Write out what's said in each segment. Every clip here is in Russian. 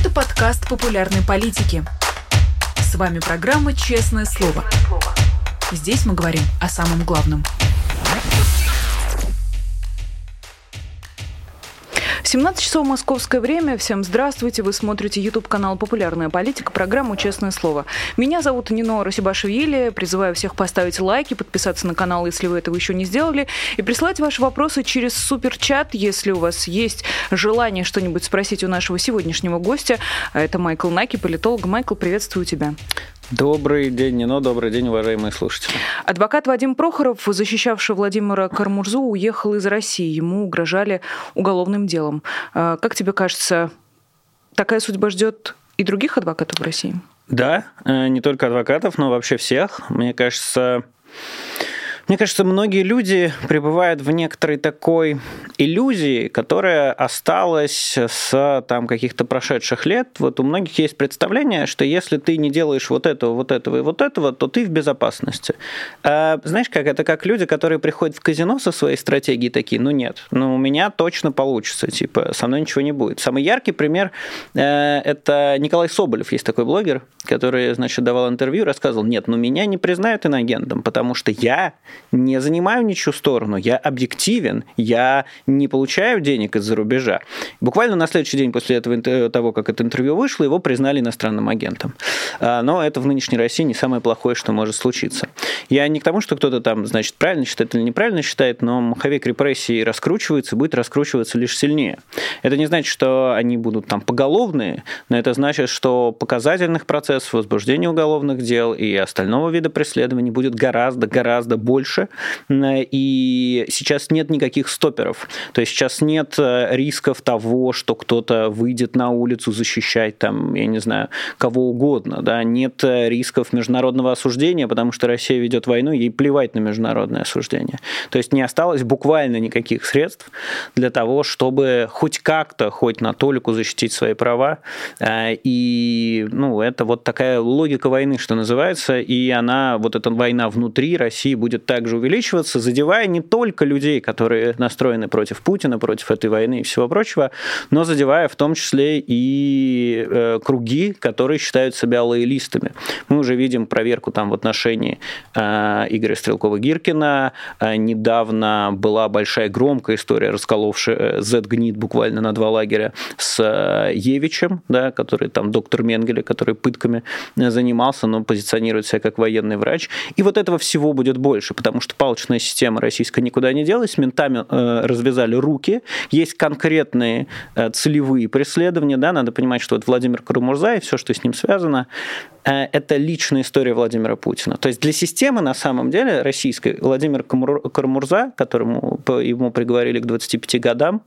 Это подкаст популярной политики. С вами программа «Честное слово». Здесь мы говорим о самом главном. 17 часов московское время. Всем здравствуйте. Вы смотрите YouTube-канал «Популярная политика», программу «Честное слово». Меня зовут Нино Расибашвили. Призываю всех поставить лайки, подписаться на канал, если вы этого еще не сделали, и присылать ваши вопросы через суперчат, если у вас есть желание что-нибудь спросить у нашего сегодняшнего гостя. Это Майкл Наки, политолог. Майкл, приветствую тебя. Добрый день, Нино. Добрый день, уважаемые слушатели. Адвокат Вадим Прохоров, защищавший Владимира Кара-Мурзу, уехал из России. Ему угрожали уголовным делом. Как тебе кажется, такая судьба ждет и других адвокатов в России? Да, не только адвокатов, но вообще всех. Мне кажется, многие люди пребывают в некоторой такой иллюзии, которая осталась с каких-то прошедших лет. Вот у многих есть представление, что если ты не делаешь вот этого и вот этого, то ты в безопасности. Знаешь, это как люди, которые приходят в казино со своей стратегией, такие, у меня точно получится, со мной ничего не будет. Самый яркий пример – это Николай Соболев, есть такой блогер, который, давал интервью, рассказывал, меня не признают иноагентом, потому что я не занимаю ничью сторону, я объективен, я не получаю денег из-за рубежа. Буквально на следующий день после того, как это интервью вышло, его признали иностранным агентом. Но это в нынешней России не самое плохое, что может случиться. Я не к тому, что кто-то правильно считает или неправильно считает, но маховик репрессий раскручивается и будет раскручиваться лишь сильнее. Это не значит, что они будут поголовные, но это значит, что показательных процессов, возбуждения уголовных дел и остального вида преследований будет гораздо больше. И сейчас нет никаких стоперов. То есть сейчас нет рисков того, что кто-то выйдет на улицу защищать кого угодно. Да? Нет рисков международного осуждения, потому что Россия ведет войну, ей плевать на международное осуждение. То есть не осталось буквально никаких средств для того, чтобы хоть как-то, хоть на толику защитить свои права. И это вот такая логика войны, что называется, и эта война внутри России будет также увеличиваться, задевая не только людей, которые настроены против Путина, против этой войны и всего прочего, но задевая в том числе и круги, которые считают себя лоялистами. Мы уже видим проверку в отношении Игоря Стрелкова-Гиркина. Недавно была большая громкая история, расколовшая Z-гнит буквально на два лагеря с Евичем, да, который доктор Менгеле, который пытками занимался, но позиционирует себя как военный врач. И вот этого всего будет больше, потому что палочная система российская никуда не делась, ментами развязали руки, есть конкретные целевые преследования, да, надо понимать, что Владимир Кара-Мурза и все, что с ним связано, это личная история Владимира Путина. То есть для системы, на самом деле, российской, Владимир Кара-Мурза, которому ему приговорили к 25 годам,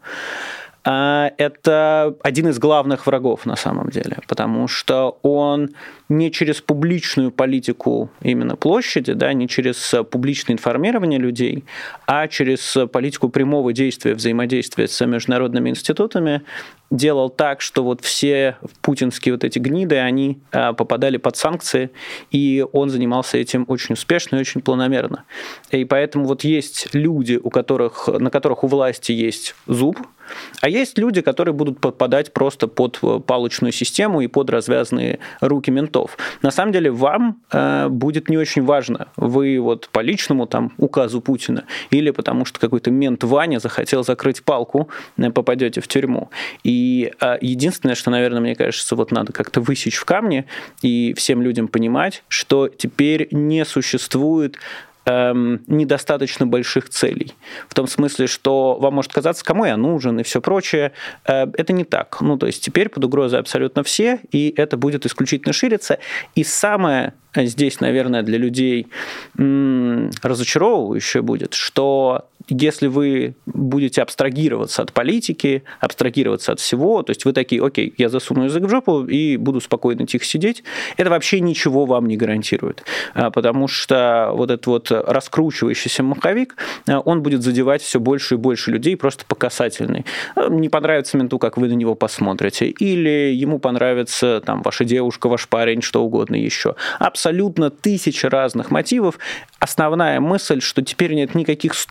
это один из главных врагов на самом деле, потому что он не через публичную политику именно площади, да, не через публичное информирование людей, а через политику прямого действия, взаимодействия с международными институтами делал так, что все путинские эти гниды, они попадали под санкции, и он занимался этим очень успешно и очень планомерно. И поэтому есть люди, на которых у власти есть зуб, а есть люди, которые будут подпадать просто под палочную систему и под развязанные руки ментов. На самом деле вам будет не очень важно, вы по личному указу Путина или потому что какой-то мент Ваня захотел закрыть палку, попадете в тюрьму. И единственное, что, наверное, мне кажется, надо как-то высечь в камне и всем людям понимать, что теперь не существует недостаточно больших целей. В том смысле, что вам может казаться, кому я нужен и все прочее. Это не так. То есть теперь под угрозой абсолютно все, и это будет исключительно шириться. И самое здесь, наверное, для людей разочаровывающее будет, что если вы будете абстрагироваться от политики, абстрагироваться от всего, то есть вы такие, окей, я засуну язык в жопу и буду спокойно тихо сидеть, это вообще ничего вам не гарантирует. Потому что этот раскручивающийся маховик, он будет задевать все больше и больше людей, просто по касательной. Не понравится менту, как вы на него посмотрите, или ему понравится ваша девушка, ваш парень, что угодно еще. Абсолютно тысячи разных мотивов. Основная мысль, что теперь нет никаких стоперов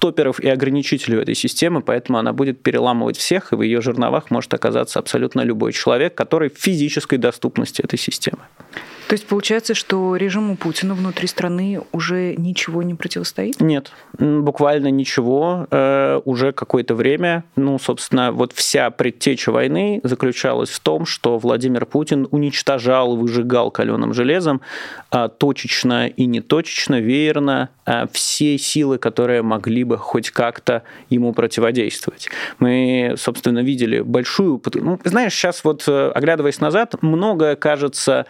и ограничителей этой системы, поэтому она будет переламывать всех, и в ее жерновах может оказаться абсолютно любой человек, который в физической доступности этой системы. То есть получается, что режиму Путина внутри страны уже ничего не противостоит? Нет, буквально ничего. Уже какое-то время, собственно, вот вся предтеча войны заключалась в том, что Владимир Путин уничтожал, выжигал каленым железом точечно и неточечно, веерно все силы, которые могли бы хоть как-то ему противодействовать. Мы, собственно, видели большую... Знаешь, сейчас вот, оглядываясь назад, многое кажется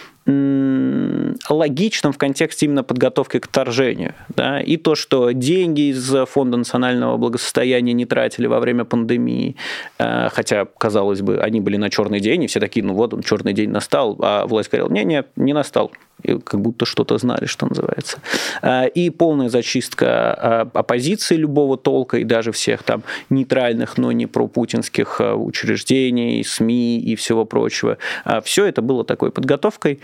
логичным в контексте именно подготовки к вторжению. Да? И то, что деньги из Фонда национального благосостояния не тратили во время пандемии, хотя, казалось бы, они были на черный день, и все такие, вот он, черный день настал, а власть говорила, не настал. И как будто что-то знали, что называется. И полная зачистка оппозиции любого толка, и даже всех там нейтральных, но не пропутинских учреждений, СМИ и всего прочего. Все это было такой подготовкой.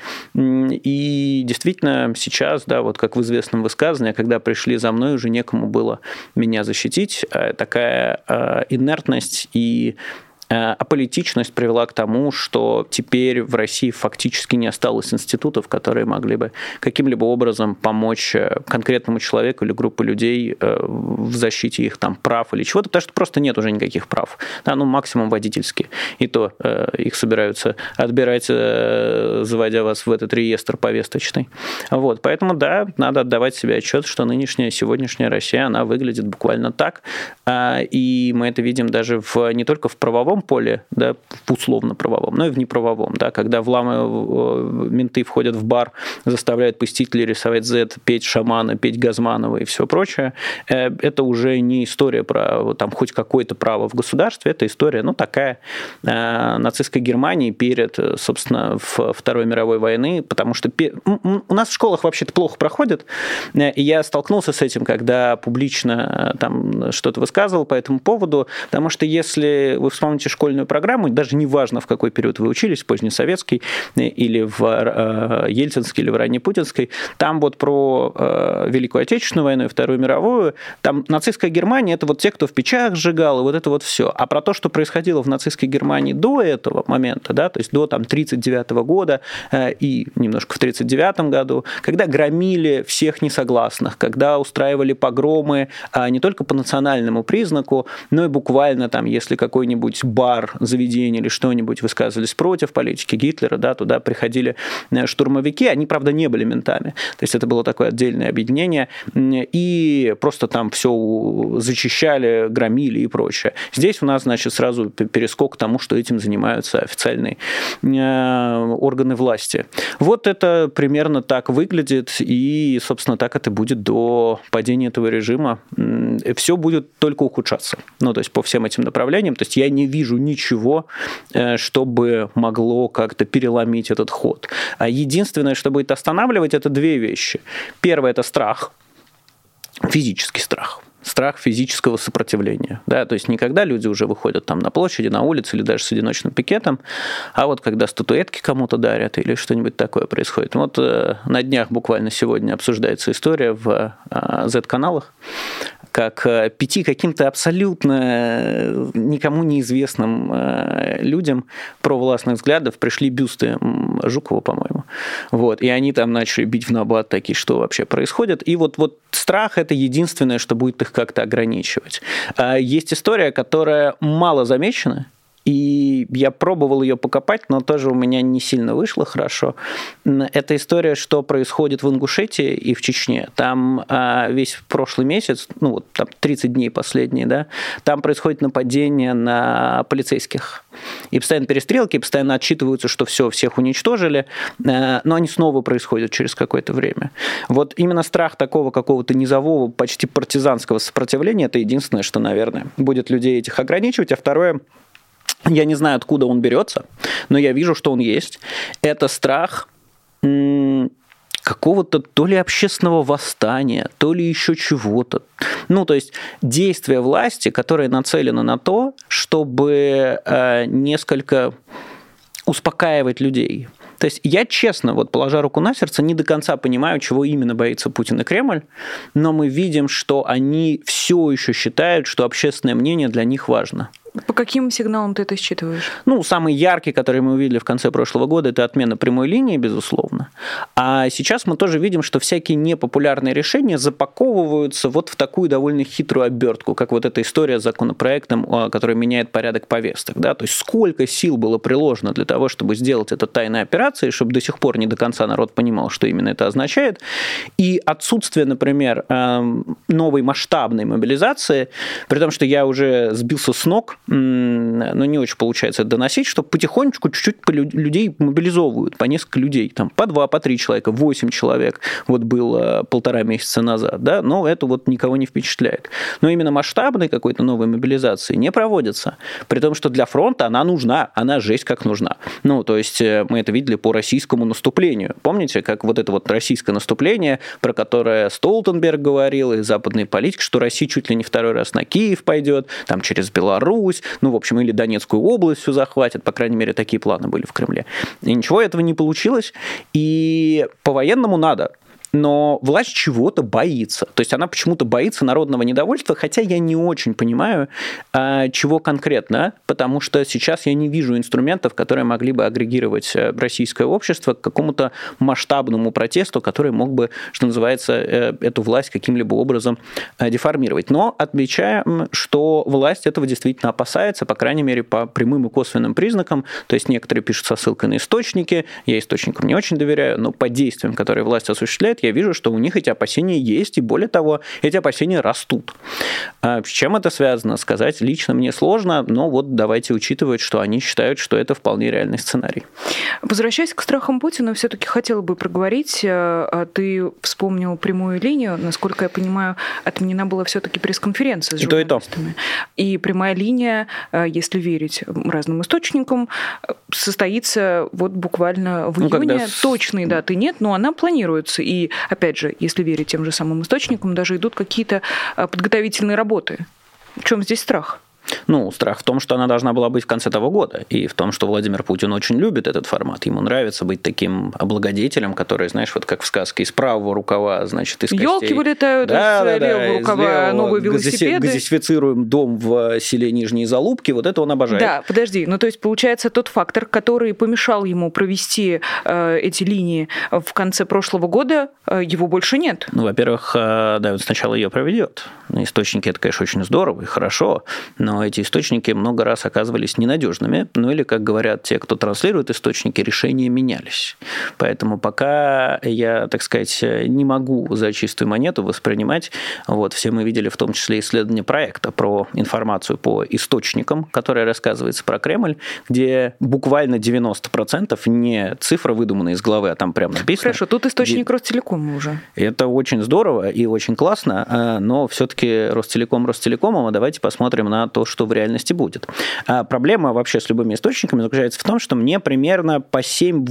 И действительно сейчас, да, вот как в известном высказывании, когда пришли за мной, уже некому было меня защитить. Такая инертность и аполитичность привела к тому, что теперь в России фактически не осталось институтов, которые могли бы каким-либо образом помочь конкретному человеку или группе людей в защите их там прав или чего-то, потому что просто нет уже никаких прав. Да, максимум водительские. И то их собираются отбирать, заводя вас в этот реестр повесточный. Вот. Поэтому, да, надо отдавать себе отчет, что нынешняя, сегодняшняя Россия, она выглядит буквально так. И мы это видим даже не только в правовом поле, да, в условно-правовом, но и в неправовом, да, когда менты входят в бар, заставляют посетителей рисовать Z, петь шамана, петь Газманова и все прочее, это уже не история про там хоть какое-то право в государстве, это история, такая нацистской Германии перед, собственно, Второй мировой войны, потому что у нас в школах вообще-то плохо проходит, и я столкнулся с этим, когда публично там что-то высказывал по этому поводу, потому что если вы вспомните школьную программу, даже не важно, в какой период вы учились, позднесоветский или в ельцинской, или в раннепутинской, там вот про Великую Отечественную войну и Вторую мировую, там нацистская Германия, это вот те, кто в печах сжигал, и вот это вот все. А про то, что происходило в нацистской Германии до этого момента, да, то есть до там 1939 года и немножко в 1939 году, когда громили всех несогласных, когда устраивали погромы не только по национальному признаку, но и буквально там, если какой-нибудь бар, заведение или что-нибудь высказывались против политики Гитлера, да, туда приходили штурмовики, они, правда, не были ментами, то есть это было такое отдельное объединение, и просто там все зачищали, громили и прочее. Здесь у нас, значит, сразу перескок к тому, что этим занимаются официальные органы власти. Вот это примерно так выглядит, и, собственно, так это будет до падения этого режима. Все будет только ухудшаться, то есть по всем этим направлениям, то есть я не вижу ничего, чтобы могло как-то переломить этот ход. А единственное, что будет останавливать, это две вещи. Первое – это страх, физический страх. Страх физического сопротивления. Да? То есть не когда люди уже выходят там на площади, на улице или даже с одиночным пикетом, а вот когда статуэтки кому-то дарят или что-нибудь такое происходит. Вот на днях буквально сегодня обсуждается история в Z-каналах, как 5 каким-то абсолютно никому неизвестным людям провластных взглядов пришли бюсты Жукова, по-моему. Вот. И они там начали бить в набат такие, что вообще происходит. И вот страх – это единственное, что будет их как-то ограничивать. Есть история, которая мало замечена, и я пробовал ее покопать, но тоже у меня не сильно вышло хорошо. Это история, что происходит в Ингушетии и в Чечне. Там весь прошлый месяц, там 30 дней последние, да, там происходит нападение на полицейских. И постоянно перестрелки, и постоянно отчитываются, что все, всех уничтожили, но они снова происходят через какое-то время. Вот именно страх такого какого-то низового, почти партизанского сопротивления – это единственное, что, наверное, будет людей этих ограничивать. А второе – я не знаю, откуда он берется, но я вижу, что он есть. Это страх какого-то то ли общественного восстания, то ли еще чего-то. То есть действия власти, которые нацелены на то, чтобы несколько успокаивать людей. То есть я честно, вот положа руку на сердце, не до конца понимаю, чего именно боится Путин и Кремль, но мы видим, что они все еще считают, что общественное мнение для них важно. По каким сигналам ты это считываешь? Самый яркий, который мы увидели в конце прошлого года, это отмена прямой линии, безусловно. А сейчас мы тоже видим, что всякие непопулярные решения запаковываются вот в такую довольно хитрую обертку, как вот эта история с законопроектом, который меняет порядок повесток. Да? То есть сколько сил было приложено для того, чтобы сделать это тайной операцией, чтобы до сих пор не до конца народ понимал, что именно это означает. И отсутствие, например, новой масштабной мобилизации, при том, что я уже сбился с ног, но не очень получается это доносить, что потихонечку чуть-чуть людей мобилизовывают, по несколько людей, там, по 2, по 3 человека, 8 человек, вот было 1,5 месяца назад, да, но это вот никого не впечатляет. Но именно масштабной какой-то новой мобилизации не проводится, при том, что для фронта она нужна, она жесть как нужна. То есть мы это видели по российскому наступлению. Помните, как вот это вот российское наступление, про которое Столтенберг говорил, и западные политики, что Россия чуть ли не второй раз на Киев пойдет, там через Беларусь, в общем, или Донецкую область все захватят, по крайней мере, такие планы были в Кремле. И ничего этого не получилось, и по-военному надо. Но власть чего-то боится. То есть она почему-то боится народного недовольства, хотя я не очень понимаю, чего конкретно, потому что сейчас я не вижу инструментов, которые могли бы агрегировать российское общество к какому-то масштабному протесту, который мог бы, что называется, эту власть каким-либо образом деформировать. Но отмечаем, что власть этого действительно опасается, по крайней мере, по прямым и косвенным признакам. То есть некоторые пишут со ссылкой на источники, я источникам не очень доверяю, но по действиям, которые власть осуществляет, я вижу, что у них эти опасения есть, и более того, эти опасения растут. С чем это связано, сказать лично мне сложно, но вот давайте учитывать, что они считают, что это вполне реальный сценарий. Возвращаясь к страхам Путина, все-таки хотела бы проговорить. Ты вспомнил прямую линию. Насколько я понимаю, отменена была все-таки пресс-конференция с журналистами. И прямая линия, если верить разным источникам, состоится вот буквально в июне. Точной даты нет, но она планируется. И опять же, если верить тем же самым источникам, даже идут какие-то подготовительные работы. В чем здесь страх? Страх в том, что она должна была быть в конце того года, и в том, что Владимир Путин очень любит этот формат. Ему нравится быть таким облагодетелем, который, знаешь, вот как в сказке, из правого рукава, значит, из костей. Ёлки вылетают из левого рукава, новые велосипеды. Газифицируем дом в селе Нижние Залубки, вот это он обожает. Да, подожди, то есть получается тот фактор, который помешал ему провести эти линии в конце прошлого года, его больше нет. Во-первых, он сначала ее проведет. Источники, это, конечно, очень здорово и хорошо, но эти источники много раз оказывались ненадежными, или, как говорят те, кто транслирует источники, решения менялись. Поэтому пока я, так сказать, не могу за чистую монету воспринимать, все мы видели в том числе исследование проекта про информацию по источникам, которая рассказывается про Кремль, где буквально 90% не цифра, выдуманная из головы, а там прямо написано. Хорошо, тут источник Ростелекома уже. Это очень здорово и очень классно, но все-таки Ростелекомом, а давайте посмотрим на то, что в реальности будет. Проблема вообще с любыми источниками заключается в том, что мне примерно по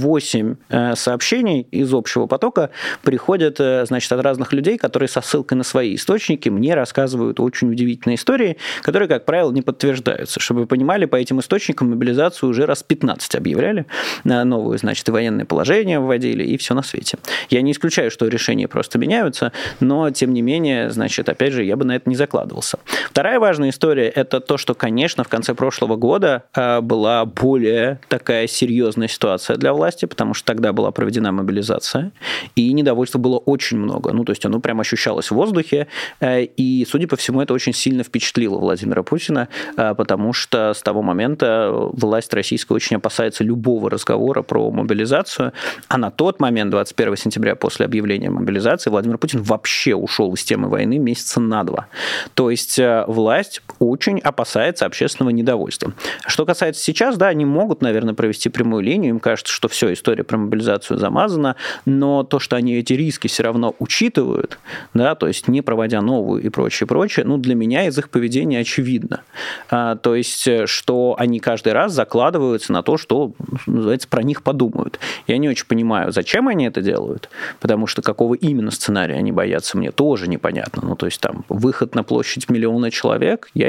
7-8 сообщений из общего потока приходят, значит, от разных людей, которые со ссылкой на свои источники мне рассказывают очень удивительные истории, которые, как правило, не подтверждаются. Чтобы вы понимали, по этим источникам мобилизацию уже раз 15 объявляли, новую, значит, и военное положение вводили, и все на свете. Я не исключаю, что решения просто меняются, но, тем не менее, значит, опять же, я бы на это не закладывался. Вторая важная история – это то, что, конечно, в конце прошлого года была более такая серьезная ситуация для власти, потому что тогда была проведена мобилизация, и недовольства было очень много. То есть оно прямо ощущалось в воздухе, и, судя по всему, это очень сильно впечатлило Владимира Путина, потому что с того момента власть российская очень опасается любого разговора про мобилизацию, а на тот момент, 21 сентября, после объявления мобилизации, Владимир Путин вообще ушел из темы войны месяца на 2. То есть власть очень опасается общественного недовольства. Что касается сейчас, да, они могут, наверное, провести прямую линию, им кажется, что все, история про мобилизацию замазана, но то, что они эти риски все равно учитывают, да, то есть не проводя новую и прочее, для меня из их поведения очевидно. То есть, что они каждый раз закладываются на то, что, называется, про них подумают. Я не очень понимаю, зачем они это делают, потому что какого именно сценария они боятся, мне тоже непонятно. То есть, там, выход на площадь 1 миллиона человек, я не понимаю.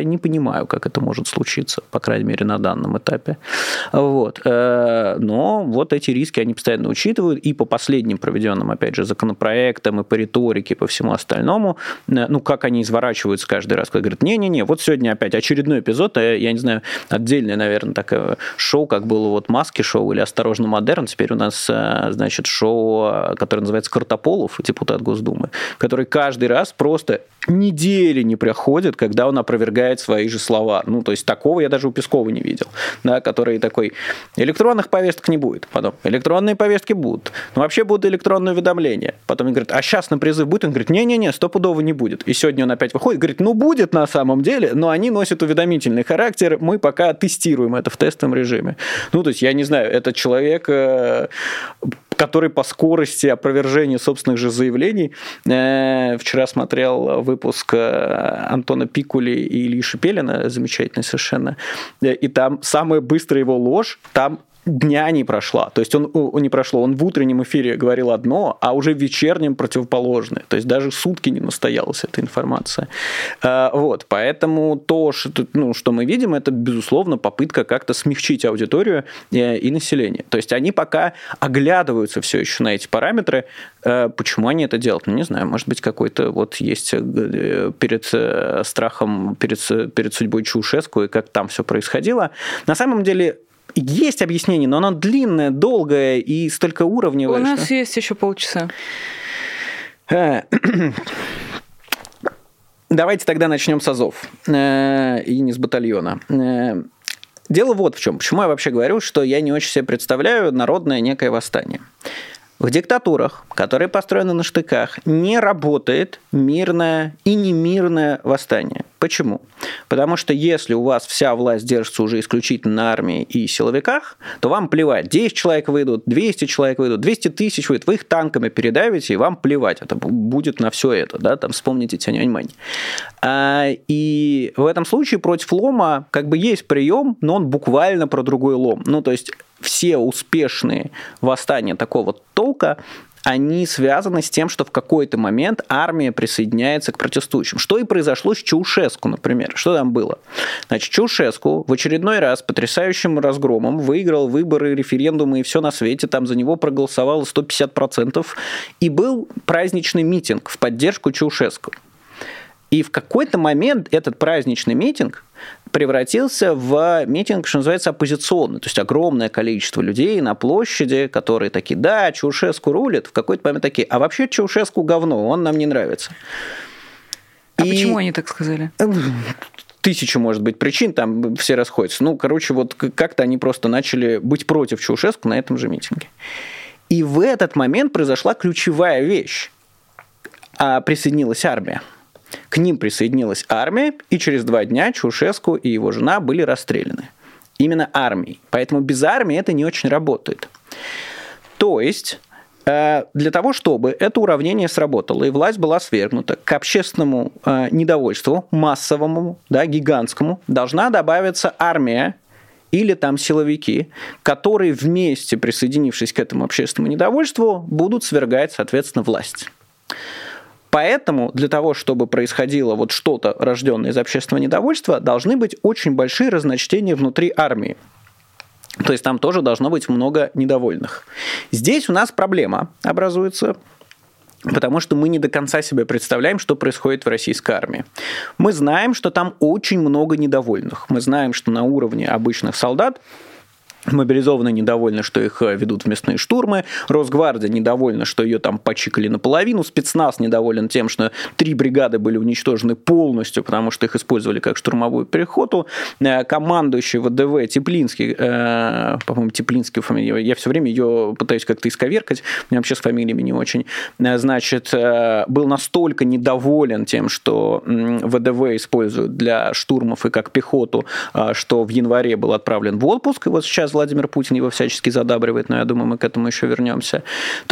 понимаю, как это может случиться, по крайней мере, на данном этапе. Вот. Но вот эти риски они постоянно учитывают, и по последним проведенным, опять же, законопроектам, и по риторике, и по всему остальному, ну, как они изворачиваются каждый раз, когда говорят, не-не-не, вот сегодня опять очередной эпизод, я не знаю, отдельное, наверное, такое шоу, как было вот «Маски-шоу» или «Осторожно, модерн», теперь у нас, значит, шоу, которое называется «Картополов», депутат Госдумы, который каждый раз просто недели не проходит, когда он опровергает свои же слова. Ну, то есть такого я даже у Пескова не видел, да, который такой, электронных повесток не будет, потом электронные повестки будут, но вообще будут электронные уведомления. Потом он говорит, а сейчас на призыв будет? Он говорит, не-не-не, стопудово не будет. И сегодня он опять выходит, говорит, ну, будет на самом деле, но они носят уведомительный характер, мы пока тестируем это в тестовом режиме. Ну, то есть, я не знаю, этот человек, который по скорости опровержения собственных же заявлений. Вчера смотрел выпуск Антона Пикули и Ильи Шепелина, замечательный совершенно, и там самая быстрая его ложь, там дня не прошла. То есть он в утреннем эфире говорил одно, а уже в вечернем противоположное. То есть даже сутки не настоялась эта информация. Вот. Поэтому то, что мы видим, это, безусловно, попытка как-то смягчить аудиторию и население. То есть они пока оглядываются все еще на эти параметры. Почему они это делают? Ну, не знаю. Может быть, какой-то вот есть перед страхом, перед судьбой Чаушеску и как там все происходило. На самом деле, есть объяснение, но оно длинное, долгое и столько уровневое. У нас есть еще полчаса. Давайте тогда начнем с азов и не с батальона. Дело вот в чем. Почему я вообще говорю, что я не очень себе представляю народное некое восстание. В диктатурах, которые построены на штыках, не работает мирное и немирное восстание. Почему? Потому что если у вас вся власть держится уже исключительно на армии и силовиках, то вам плевать. 10 человек выйдут, 200 человек выйдут, 200 тысяч выйдут, вы их танками передавите, и вам плевать. Это будет на все это. Да? Там вспомните Тяньаньмэнь. И в этом случае против лома как бы есть прием, но он буквально про другой лом. Ну, то есть все успешные восстания такого толка, они связаны с тем, что в какой-то момент армия присоединяется к протестующим. Что и произошло с Чаушеску, например. Что там было? Значит, Чаушеску в очередной раз потрясающим разгромом выиграл выборы, референдумы и все на свете. Там за него проголосовало 150%. И был праздничный митинг в поддержку Чаушеску. И в какой-то момент этот праздничный митинг превратился в митинг, что называется, оппозиционный. То есть огромное количество людей на площади, которые такие, да, Чаушеску рулит, в какой-то момент такие, а вообще Чаушеску говно, он нам не нравится. Почему они так сказали? Тысяча, может быть, причин, там все расходятся. Ну, короче, вот как-то они просто начали быть против Чаушеску на этом же митинге. И в этот момент произошла ключевая вещь. Присоединилась армия. К ним присоединилась армия, и через 2 дня Чаушеску и его жена были расстреляны. Именно армией. Поэтому без армии это не очень работает. То есть, для того, чтобы это уравнение сработало, и власть была свергнута, к общественному недовольству, массовому, да, гигантскому, должна добавиться армия или там силовики, которые вместе, присоединившись к этому общественному недовольству, будут свергать, соответственно, власть. Поэтому для того, чтобы происходило вот что-то, рожденное из общественного недовольства, должны быть очень большие разночтения внутри армии. То есть там тоже должно быть много недовольных. Здесь у нас проблема образуется, потому что мы не до конца себе представляем, что происходит в российской армии. Мы знаем, что там очень много недовольных. Мы знаем, что на уровне обычных солдат мобилизованные недовольны, что их ведут в мясные штурмы. Росгвардия недовольна, что ее там почикали наполовину. Спецназ недоволен тем, что 3 бригады были уничтожены полностью, потому что их использовали как штурмовую пехоту. Командующий ВДВ Теплинский, по-моему, Теплинский фамилия, я все время ее пытаюсь как-то исковеркать, у меня вообще с фамилиями не очень, значит, был настолько недоволен тем, что ВДВ используют для штурмов и как пехоту, что в январе был отправлен в отпуск, и вот сейчас Владимир Путин его всячески задабривает, но я думаю, мы к этому еще вернемся. То есть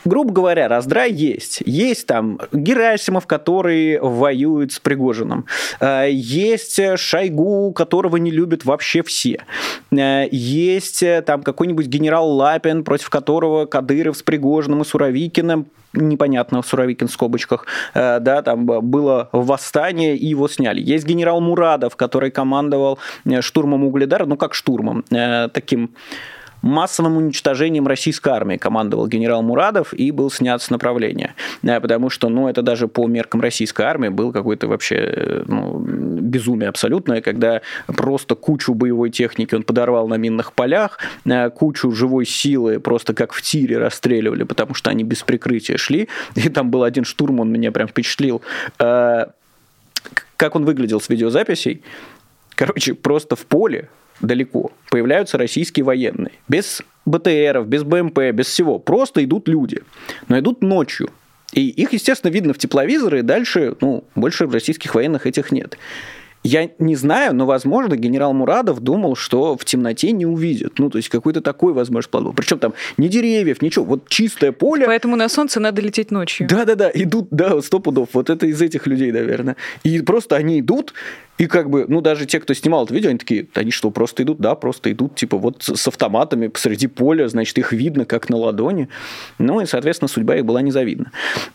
грубо говоря, раздрай есть. Есть там Герасимов, который воюет с Пригожиным. Есть Шойгу, которого не любят вообще все. Есть там какой-нибудь генерал Лапин, против которого Кадыров с Пригожиным и Суровикиным, непонятно, Суровикин в скобочках, да, там было восстание, и его сняли. Есть генерал Мурадов, который командовал штурмом Угледара, ну как штурмом, таким массовым уничтожением российской армии командовал генерал Мурадов и был снят с направления. Потому что, ну, это даже по меркам российской армии был какой-то вообще безумие абсолютное, когда просто кучу боевой техники он подорвал на минных полях, кучу живой силы просто как в тире расстреливали, потому что они без прикрытия шли. И там был один штурм, он меня прям впечатлил. Как он выглядел с видеозаписей. Короче, просто в поле далеко появляются российские военные. Без БТРов, без БМП, без всего. Просто идут люди. Но идут ночью. И их, естественно, видно в тепловизоры, и дальше, больше российских военных этих нет. Я не знаю, но, возможно, генерал Мурадов думал, что в темноте не увидят. То есть какой-то такой, возможно, план был. Причем там ни деревьев, ничего, вот чистое поле. Поэтому на солнце надо лететь ночью. Да-да-да, идут, да, 100 пудов. Вот это из этих людей, наверное. И просто они идут, и как бы, даже те, кто снимал это видео, они такие, они что, просто идут? Да, просто идут, типа, вот с автоматами посреди поля, значит, их видно, как на ладони. И, соответственно, судьба их была незавидна.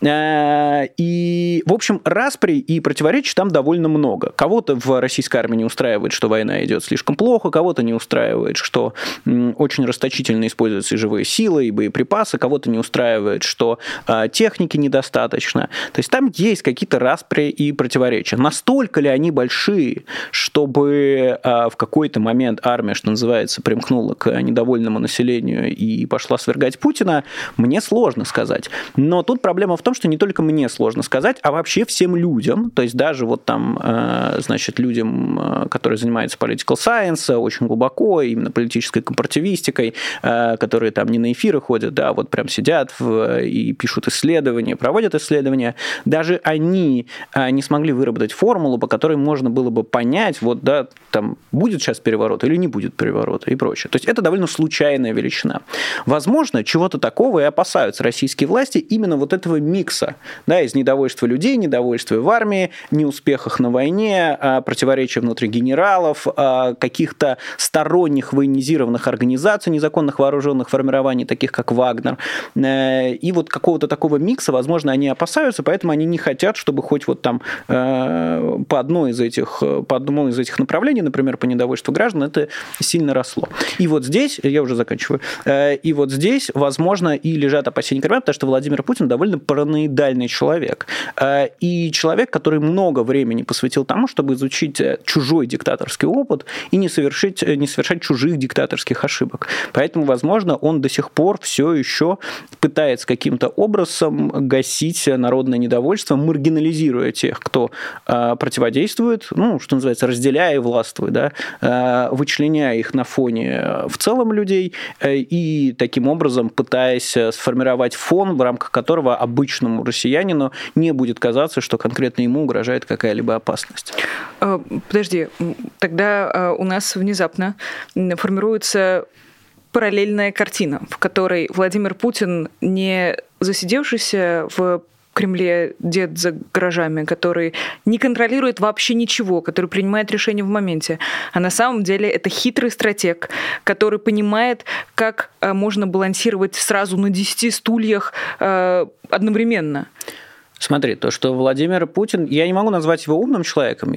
И, в общем, распри и противоречий там довольно много. Кого-то в российской армии не устраивает, что война идет слишком плохо, кого-то не устраивает, что очень расточительно используются и живые силы, и боеприпасы, кого-то не устраивает, что техники недостаточно. То есть там есть какие-то распри и противоречия. Настолько ли они большие, чтобы в какой-то момент армия, что называется, примкнула к недовольному населению и пошла свергать Путина, мне сложно сказать. Но тут проблема в том, что не только мне сложно сказать, а вообще всем людям, то есть даже вот там, значит, людям, которые занимаются political science, очень глубоко, именно политической компаративистикой, которые там не на эфиры ходят, да, вот прям сидят и пишут исследования, проводят исследования, даже они не смогли выработать формулу, по которой можно было бы понять, вот, да, там, будет сейчас переворот или не будет переворота и прочее. То есть это довольно случайная величина. Возможно, чего-то такого и опасаются российские власти, именно вот этого микса, да, из недовольства людей, недовольства в армии, неуспехах на войне, противоречия внутри генералов, каких-то сторонних военизированных организаций, незаконных вооруженных формирований, таких как Вагнер. И вот какого-то такого микса, возможно, они опасаются, поэтому они не хотят, чтобы хоть вот там по одному из этих направлений, например, по недовольству граждан, это сильно росло. И вот здесь, я уже заканчиваю, и вот здесь, возможно, и лежат опасения Кремля, потому что Владимир Путин довольно параноидальный человек. И человек, который много времени посвятил тому, чтобы изучить чужой диктаторский опыт и не совершать чужих диктаторских ошибок. Поэтому, возможно, он до сих пор все еще пытается каким-то образом гасить народное недовольство, маргинализируя тех, кто противодействует, что называется, разделяя и властвуя, да, вычленяя их на фоне в целом людей и таким образом пытаясь сформировать фон, в рамках которого обычному россиянину не будет казаться, что конкретно ему угрожает какая-либо опасность. Подожди, тогда у нас внезапно формируется параллельная картина, в которой Владимир Путин, не засидевшийся в Кремле дед за гаражами, который не контролирует вообще ничего, который принимает решения в моменте. А на самом деле это хитрый стратег, который понимает, как можно балансировать сразу на 10 стульях одновременно. Смотри, то, что Владимир Путин, я не могу назвать его умным человеком,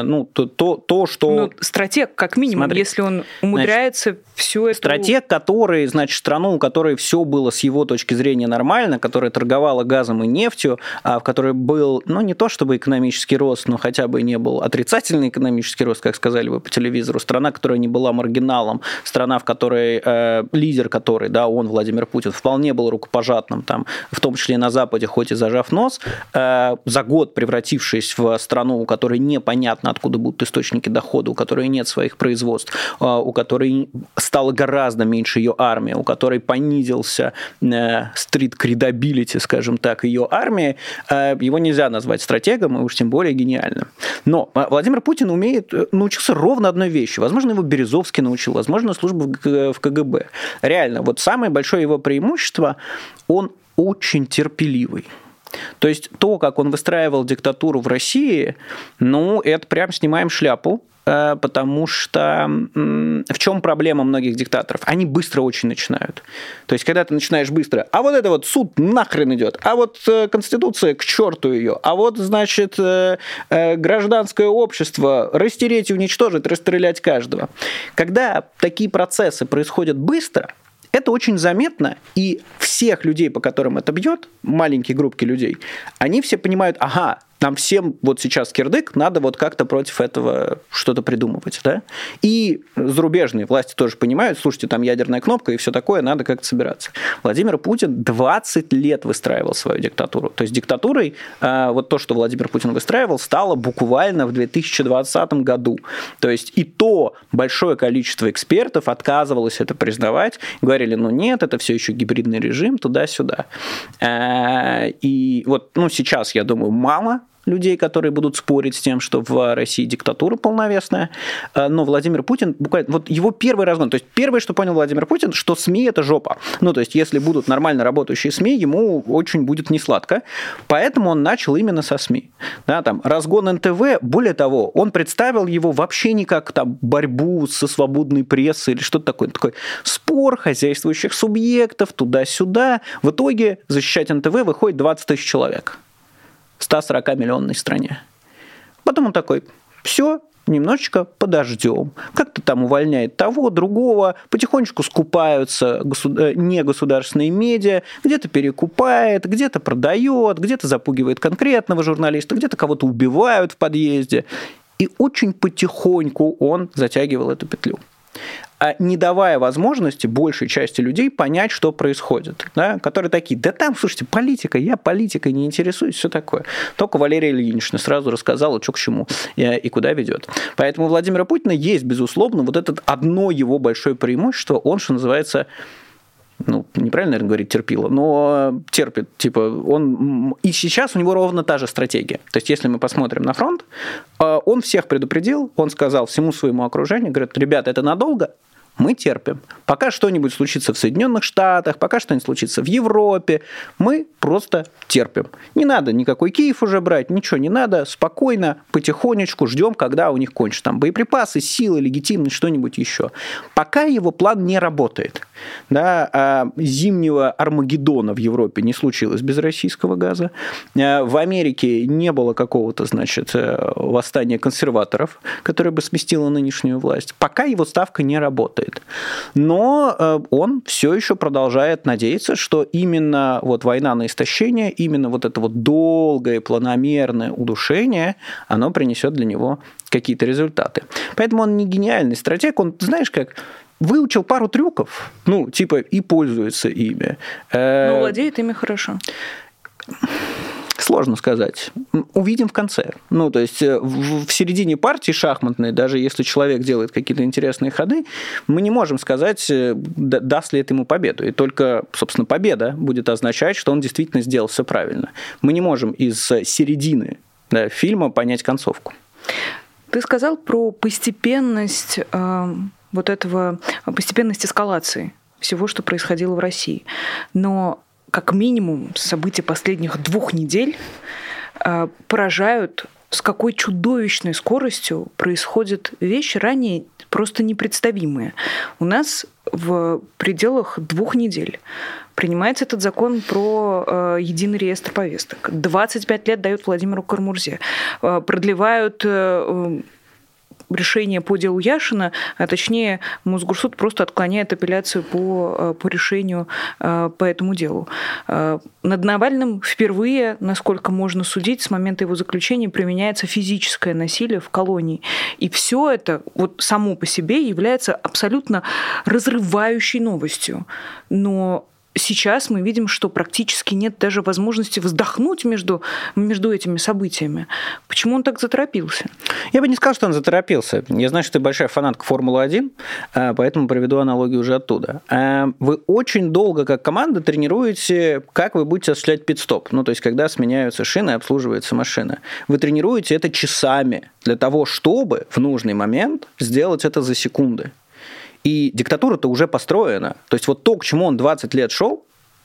что... стратег, как минимум, смотри, если он умудряется все это... Стратег, который, значит, страну, у которой все было с его точки зрения нормально, которая торговала газом и нефтью, в которой был, не то чтобы экономический рост, но хотя бы не был отрицательный экономический рост, как сказали бы по телевизору, страна, которая не была маргиналом, страна, в которой лидер которой, да, он, Владимир Путин, вполне был рукопожатным, там, в том числе и на Западе, хоть и зажав нос, за год превратившись в страну, у которой непонятно, откуда будут источники дохода, у которой нет своих производств, у которой стало гораздо меньше ее армия, у которой понизился стрит-кредабилити, скажем так, ее армии, его нельзя назвать стратегом, и уж тем более гениальным. Но Владимир Путин научился ровно одной вещи. Возможно, его Березовский научил, возможно, служба в КГБ. Реально, вот самое большое его преимущество, он очень терпеливый. То есть то, как он выстраивал диктатуру в России, это прям снимаем шляпу, потому что в чем проблема многих диктаторов? Они быстро очень начинают. То есть, когда ты начинаешь быстро, а вот это вот суд нахрен идет, а вот Конституция к черту ее, а вот, значит, гражданское общество растереть и уничтожить, расстрелять каждого. Когда такие процессы происходят быстро, это очень заметно, и всех людей, по которым это бьет, маленькие группки людей, они все понимают, ага, нам всем вот сейчас кирдык, надо вот как-то против этого что-то придумывать, да? И зарубежные власти тоже понимают, слушайте, там ядерная кнопка и все такое, надо как-то собираться. Владимир Путин 20 лет выстраивал свою диктатуру. То есть диктатурой, вот то, что Владимир Путин выстраивал, стало буквально в 2020 году. То есть и то большое количество экспертов отказывалось это признавать, говорили, нет, это все еще гибридный режим, туда-сюда. И вот, сейчас, я думаю, мало людей, которые будут спорить с тем, что в России диктатура полновесная, но Владимир Путин, буквально, вот его первый разгон, то есть первое, что понял Владимир Путин, что СМИ – это жопа. То есть если будут нормально работающие СМИ, ему очень будет несладко, поэтому он начал именно со СМИ. Да, там, разгон НТВ, более того, он представил его вообще не как там, борьбу со свободной прессой или что-то такое. Такой спор хозяйствующих субъектов туда-сюда. В итоге защищать НТВ выходит 20 тысяч человек. 140-миллионной стране. Потом он такой, все, немножечко подождем. Как-то там увольняет того, другого, потихонечку скупаются негосударственные медиа, где-то перекупает, где-то продает, где-то запугивает конкретного журналиста, где-то кого-то убивают в подъезде. И очень потихоньку он затягивал эту петлю, не давая возможности большей части людей понять, что происходит. Да? Которые такие, да там, слушайте, политика, я политикой не интересуюсь, все такое. Только Валерия Ильинична сразу рассказала, что к чему и куда ведет. Поэтому у Владимира Путина есть, безусловно, вот это одно его большое преимущество, он, что называется, неправильно, наверное, говорить терпило, но терпит. И сейчас у него ровно та же стратегия. То есть, если мы посмотрим на фронт, он всех предупредил, он сказал всему своему окружению, говорит, ребята, это надолго, мы терпим. Пока что-нибудь случится в Соединенных Штатах, пока что-нибудь случится в Европе, мы просто терпим. Не надо никакой Киев уже брать, ничего не надо, спокойно, потихонечку ждем, когда у них кончатся там боеприпасы, силы, легитимность, что-нибудь еще. Пока его план не работает. Да, зимнего Армагеддона в Европе не случилось без российского газа. В Америке не было какого-то, восстания консерваторов, которое бы сместило нынешнюю власть. Пока его ставка не работает. Но он все еще продолжает надеяться, что именно война на истощение, именно это долгое планомерное удушение, оно принесет для него какие-то результаты. Поэтому он не гениальный стратег, он, знаешь как, выучил пару трюков, и пользуется ими. Но владеет ими хорошо. Сложно сказать. Увидим в конце. То есть в середине партии шахматной, даже если человек делает какие-то интересные ходы, мы не можем сказать, даст ли это ему победу. И только, собственно, победа будет означать, что он действительно сделал все правильно. Мы не можем из середины фильма понять концовку. Ты сказал про постепенность постепенность эскалации всего, что происходило в России. Но как минимум события последних 2 недель поражают, с какой чудовищной скоростью происходят вещи, ранее просто непредставимые. У нас в пределах 2 недель принимается этот закон про единый реестр повесток. 25 лет дают Владимиру Кара-Мурзе. Продлевают решение по делу Яшина, а точнее Мосгорсуд просто отклоняет апелляцию по решению по этому делу. Над Навальным впервые, насколько можно судить, с момента его заключения применяется физическое насилие в колонии. И все это само по себе является абсолютно разрывающей новостью. Но сейчас мы видим, что практически нет даже возможности вздохнуть между этими событиями. Почему он так заторопился? Я бы не сказал, что он заторопился. Я знаю, что ты большая фанатка Формулы-1, поэтому проведу аналогию уже оттуда. Вы очень долго, как команда, тренируете, как вы будете осуществлять пит-стоп. То есть, когда сменяются шины и обслуживается машина. Вы тренируете это часами для того, чтобы в нужный момент сделать это за секунды. И диктатура-то уже построена. То есть то, к чему он 20 лет шел,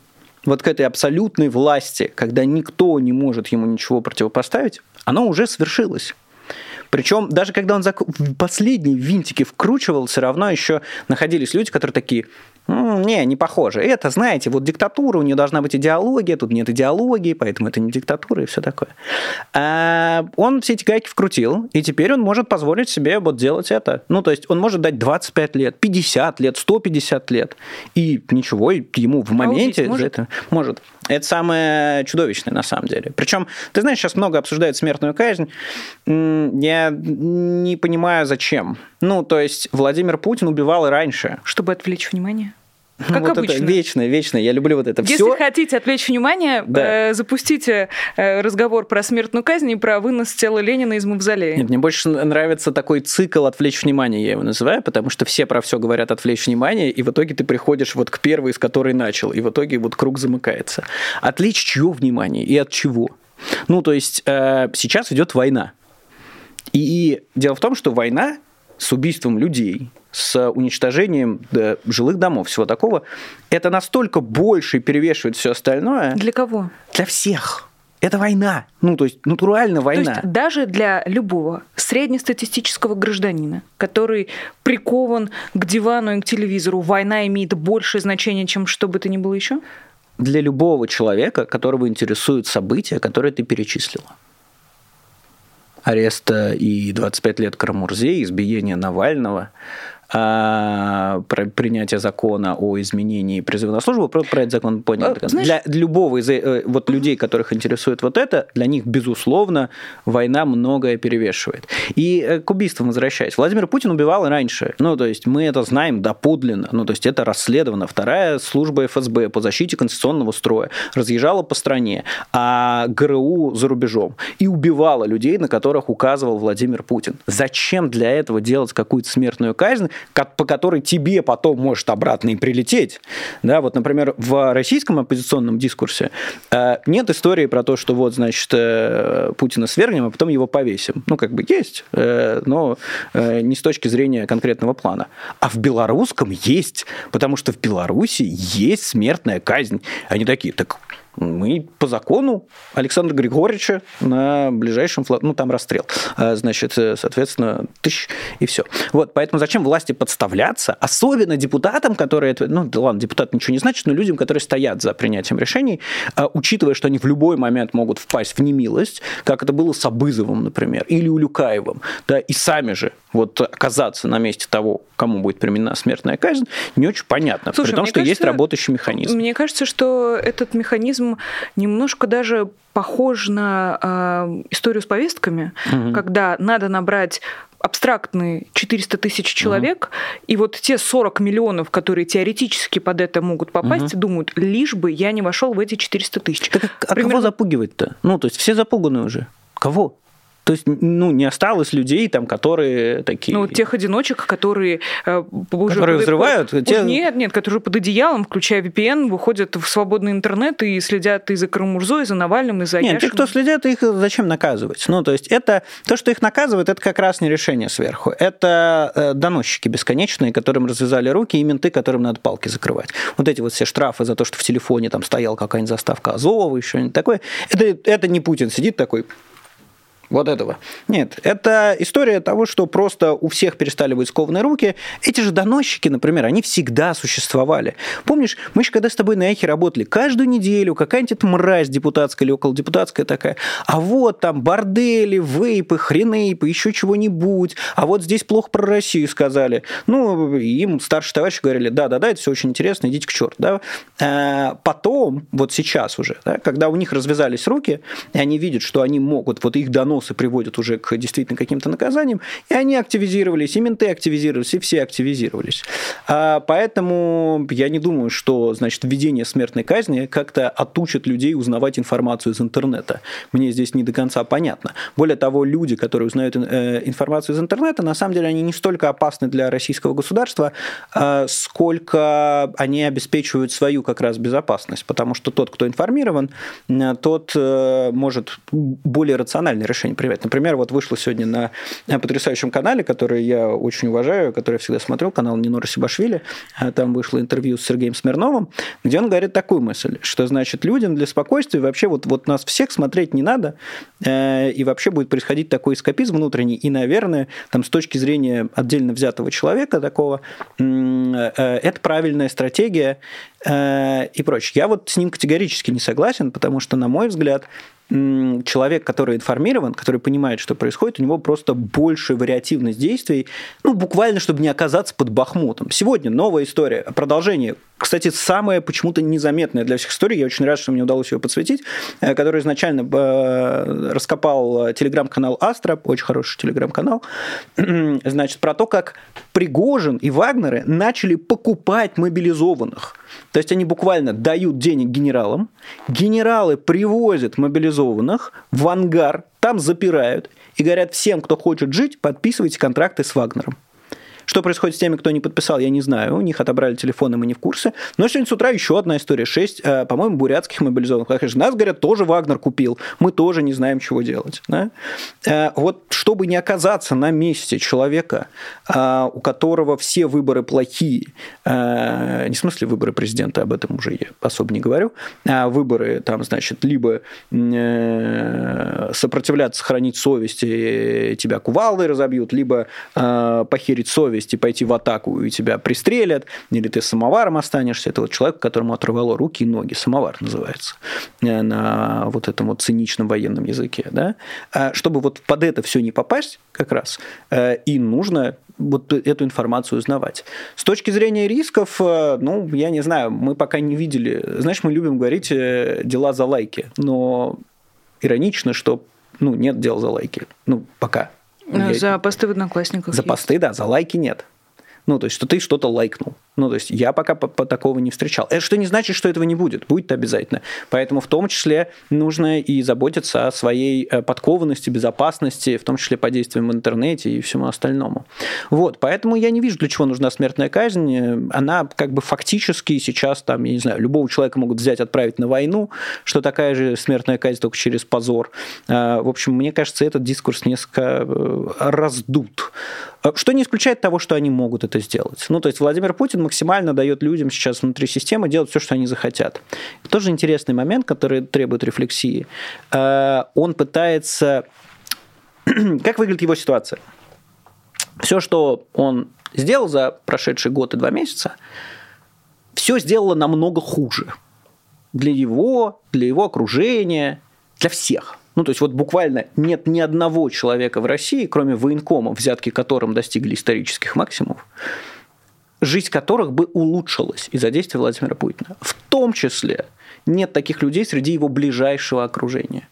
вот к этой абсолютной власти, когда никто не может ему ничего противопоставить, оно уже свершилось. Причем даже когда он последние винтики вкручивал, все равно еще находились люди, которые такие: не похоже. Это, знаете, вот диктатура, у нее должна быть идеология, тут нет идеологии, поэтому это не диктатура и все такое. Он все эти гайки вкрутил, и теперь он может позволить себе вот делать это. Ну, то есть он может дать 25 лет, 50 лет, 150 лет, и ничего, ему в моменте за это может. Это самое чудовищное на самом деле. Причем, ты знаешь, сейчас много обсуждают смертную казнь. Я не понимаю, зачем. Ну, то есть Владимир Путин убивал и раньше. Чтобы отвлечь внимание. Как вот обычно. Это вечно. Я люблю вот это все. Если хотите отвлечь внимание, запустите разговор про смертную казнь и про вынос тела Ленина из мавзолея. Нет, мне больше нравится такой цикл «отвлечь внимание», я его называю, потому что все про все говорят «отвлечь внимание», и в итоге ты приходишь вот к первой, с которой начал, и в итоге вот круг замыкается. Отвлечь чье внимание и от чего? Ну, то есть сейчас идет война. И дело в том, что война с убийством людей, с уничтожением жилых домов, всего такого, это настолько больше перевешивает все остальное. Для кого? Для всех. Это война. Ну, то есть натурально война. То есть даже для любого среднестатистического гражданина, который прикован к дивану и к телевизору, война имеет большее значение, чем что бы то ни было еще? Для любого человека, которого интересуют события, которые ты перечислила. Ареста и 25 лет Карамурзе, избиение Навального, принятие закона о изменении призыва на службу, про этот закон понял. Для любого из вот людей, которых интересует вот это, для них, безусловно, война многое перевешивает. И к убийствам возвращаясь. Владимир Путин убивал и раньше. Ну, то есть мы это знаем доподлинно. Ну, то есть это расследовано. Вторая служба ФСБ по защите конституционного строя разъезжала по стране, а ГРУ за рубежом. И убивала людей, на которых указывал Владимир Путин. Зачем для этого делать какую-то смертную казнь, по которой тебе потом может обратно и прилететь? Да, вот, например, в российском оппозиционном дискурсе нет истории про то, что вот, значит, Путина свергнем, а потом его повесим. Ну, как бы есть, но не с точки зрения конкретного плана. А в белорусском есть, потому что в Беларуси есть смертная казнь. Они такие: так мы по закону Александра Григорьевича на ближайшем там расстрел. Значит, соответственно, и все. Вот, поэтому зачем власти подставляться, особенно депутатам, которые... ладно, депутат ничего не значит, но людям, которые стоят за принятием решений, учитывая, что они в любой момент могут впасть в немилость, как это было с Абызовым, например, или Улюкаевым, да, и сами же вот оказаться на месте того, кому будет применена смертная казнь, не очень понятно. Слушай, при том, что кажется, есть работающий механизм. Мне кажется, что этот механизм немножко даже похож на историю с повестками, когда надо набрать абстрактные 400 тысяч человек, и вот те 40 миллионов, которые теоретически под это могут попасть, думают, лишь бы я не вошел в эти 400 тысяч. Так, кого запугивать-то? Ну, то есть все запуганы уже. Кого? То есть, не осталось людей, там, которые такие... тех одиночек, которые... Которые взрывают? Нет, которые под одеялом, включая VPN, выходят в свободный интернет и следят и за Карамурзой, и за Навальным, и за Яшиным. Нет, те, кто следят, их зачем наказывать? Ну, то есть, это то, что их наказывает, это как раз не решение сверху. Это доносчики бесконечные, которым развязали руки, и менты, которым надо палки закрывать. Вот эти вот все штрафы за то, что в телефоне там стояла какая-нибудь заставка Азова, еще что-нибудь такое. Это не Путин сидит такой... Вот этого. Нет, это история того, что просто у всех перестали быть скованы руки. Эти же доносчики, например, они всегда существовали. Помнишь, мы еще когда с тобой на Эхе работали, каждую неделю какая-нибудь мразь депутатская или околодепутатская такая: а вот там бордели, вейпы, хренейпы, еще чего-нибудь, а вот здесь плохо про Россию сказали. Им старшие товарищи говорили: да, это все очень интересно, идите к черту. Да? Потом, вот сейчас уже, да, когда у них развязались руки, и они видят, что они могут, вот их доносы приводят уже к действительно каким-то наказаниям, и они активизировались, и менты активизировались, и все активизировались. Поэтому я не думаю, что, значит, введение смертной казни как-то отучит людей узнавать информацию из интернета. Мне здесь не до конца понятно. Более того, люди, которые узнают информацию из интернета, на самом деле они не столько опасны для российского государства, сколько они обеспечивают свою как раз безопасность, потому что тот, кто информирован, тот может более рациональное решение решения принимать. Например, вот вышло сегодня на потрясающем канале, который я очень уважаю, который я всегда смотрю, канал Нино Расибашвили, там вышло интервью с Сергеем Смирновым, где он говорит такую мысль, что, значит, людям для спокойствия вообще вот нас всех смотреть не надо, и вообще будет происходить такой эскапизм внутренний, и, наверное, там, с точки зрения отдельно взятого человека такого, это правильная стратегия и прочее. Я вот с ним категорически не согласен, потому что, на мой взгляд, человек, который информирован, который понимает, что происходит, у него просто больше вариативность действий, ну, буквально, чтобы не оказаться под Бахмутом. Сегодня новая история, продолжение. Кстати, самая почему-то незаметная для всех история, я очень рад, что мне удалось ее подсветить, который изначально раскопал телеграм-канал Астра, очень хороший телеграм-канал, значит, про то, как Пригожин и Вагнеры начали покупать мобилизованных. То есть они буквально дают денег генералам, генералы привозят мобилизованных в ангар, там запирают и говорят всем, кто хочет жить, подписывайте контракты с Вагнером. Что происходит с теми, кто не подписал, я не знаю. У них отобрали телефоны, мы не в курсе. Но сегодня с утра еще одна история. 6, по-моему, бурятских мобилизованных. Нас, говорят, тоже Вагнер купил. Мы тоже не знаем, чего делать. Да? Вот чтобы не оказаться на месте человека, у которого все выборы плохие, не в смысле выборы президента, об этом уже я особо не говорю, а выборы, там, значит, либо сопротивляться, сохранить совесть, и тебя кувалдой разобьют, либо похерить совесть и пойти в атаку, и тебя пристрелят, или ты самоваром останешься. Это вот человек, которому оторвало руки и ноги. Самовар называется на вот этом вот циничном военном языке. Да? Чтобы вот под это все не попасть как раз, и нужно вот эту информацию узнавать. С точки зрения рисков, ну, я не знаю, мы пока не видели. Знаешь, мы любим говорить дела за лайки, но иронично, что нет дел за лайки. Пока. За посты в Одноклассниках. За посты, да, за лайки нет. То есть, что ты что-то лайкнул. То есть, я пока такого не встречал. Это что не значит, что этого не будет. Будет обязательно. Поэтому в том числе нужно и заботиться о своей подкованности, безопасности, в том числе по действиям в интернете и всему остальному. Вот. Поэтому я не вижу, для чего нужна смертная казнь. Она как бы фактически сейчас, там, я не знаю, любого человека могут взять, отправить на войну, что такая же смертная казнь, только через позор. В общем, мне кажется, этот дискурс несколько раздут. Что не исключает того, что они могут это сделать. То есть Владимир Путин максимально дает людям сейчас внутри системы делать все, что они захотят. Тоже интересный момент, который требует рефлексии. Он пытается... Как выглядит его ситуация? Все, что он сделал за прошедший год и 2 месяца, все сделало намного хуже. Для его окружения, для всех. То есть, вот буквально нет ни одного человека в России, кроме военкомов, взятки которым достигли исторических максимумов, жизнь которых бы улучшилась из-за действия Владимира Путина. В том числе нет таких людей среди его ближайшего окружения.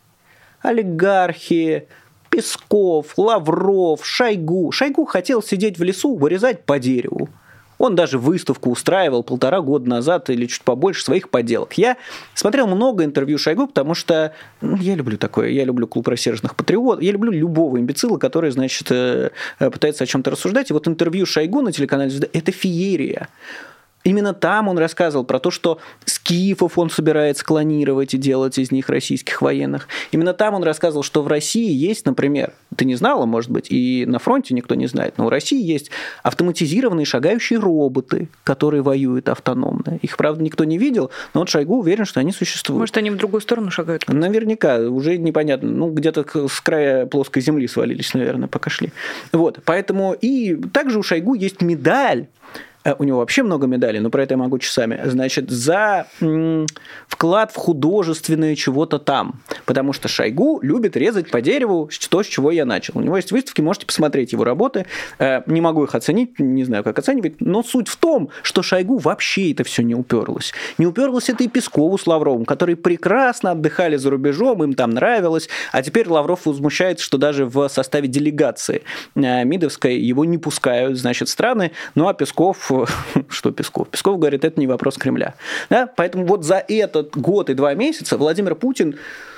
Олигархи, Песков, Лавров, Шойгу. Шойгу хотел сидеть в лесу, вырезать по дереву. Он даже выставку устраивал 1,5 года назад или чуть побольше своих поделок. Я смотрел много интервью Шойгу, потому что я люблю такое. Я люблю клуб рассерженных патриотов. Я люблю любого имбецила, который, значит, пытается о чем-то рассуждать. И вот интервью Шойгу на телеканале «Звезда» – это феерия. Именно там он рассказывал про то, что скифов он собирается клонировать и делать из них российских военных. Именно там он рассказывал, что в России есть, например, ты не знала, может быть, и на фронте никто не знает, но в России есть автоматизированные шагающие роботы, которые воюют автономно. Их, правда, никто не видел, но вот Шойгу уверен, что они существуют. Может, они в другую сторону шагают? Наверняка, уже непонятно. Где-то с края плоской земли свалились, наверное, пока шли. Вот, поэтому и также у Шойгу есть медаль. У него вообще много медалей, но про это я могу часами. Значит, за вклад в художественное чего-то там. Потому что Шойгу любит резать по дереву то, с чего я начал. У него есть выставки, можете посмотреть его работы. Не могу их оценить, не знаю, как оценивать. Но суть в том, что Шойгу вообще это все не уперлось. Не уперлось это и Пескову с Лавровым, которые прекрасно отдыхали за рубежом, им там нравилось. А теперь Лавров возмущается, что даже в составе делегации МИДовской его не пускают, значит, страны. Ну, а Песков... Что Песков? Песков говорит, это не вопрос Кремля. Да? Поэтому вот за этот год и 2 месяца Владимир Путин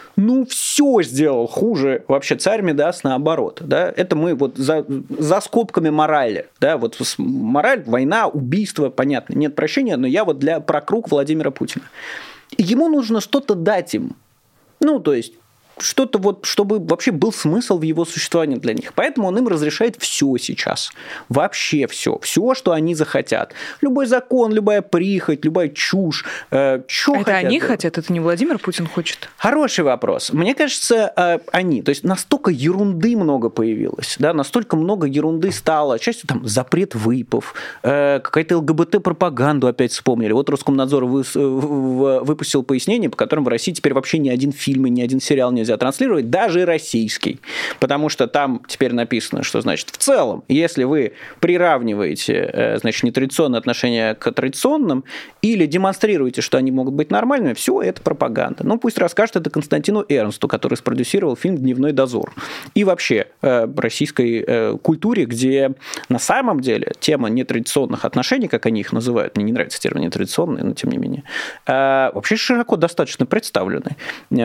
все сделал хуже. Вообще царь Мидас наоборот. Да? Это мы вот за скобками морали. Да? Вот мораль, война, убийство, понятно, нет прощения, но я вот про круг Владимира Путина. Ему нужно что-то дать им. То есть что-то вот, чтобы вообще был смысл в его существовании для них. Поэтому он им разрешает все сейчас. Вообще все. Все, что они захотят. Любой закон, любая прихоть, любая чушь. Это они хотят? Это не Владимир Путин хочет? Хороший вопрос. Мне кажется, они. То есть настолько ерунды много появилось, да, настолько много ерунды стало. Частью там запрет вейпов, какая-то ЛГБТ-пропаганду опять вспомнили. Вот Роскомнадзор выпустил пояснение, по которым в России теперь вообще ни один фильм и ни один сериал нельзя транслировать, даже и российский. Потому что там теперь написано, что, значит, в целом, если вы приравниваете, значит, нетрадиционные отношения к традиционным или демонстрируете, что они могут быть нормальными, все это пропаганда. Ну, пусть расскажет это Константину Эрнсту, который спродюсировал фильм «Дневной дозор». И вообще российской культуре, где на самом деле тема нетрадиционных отношений, как они их называют, мне не нравится термин нетрадиционные, но тем не менее, вообще широко достаточно представлены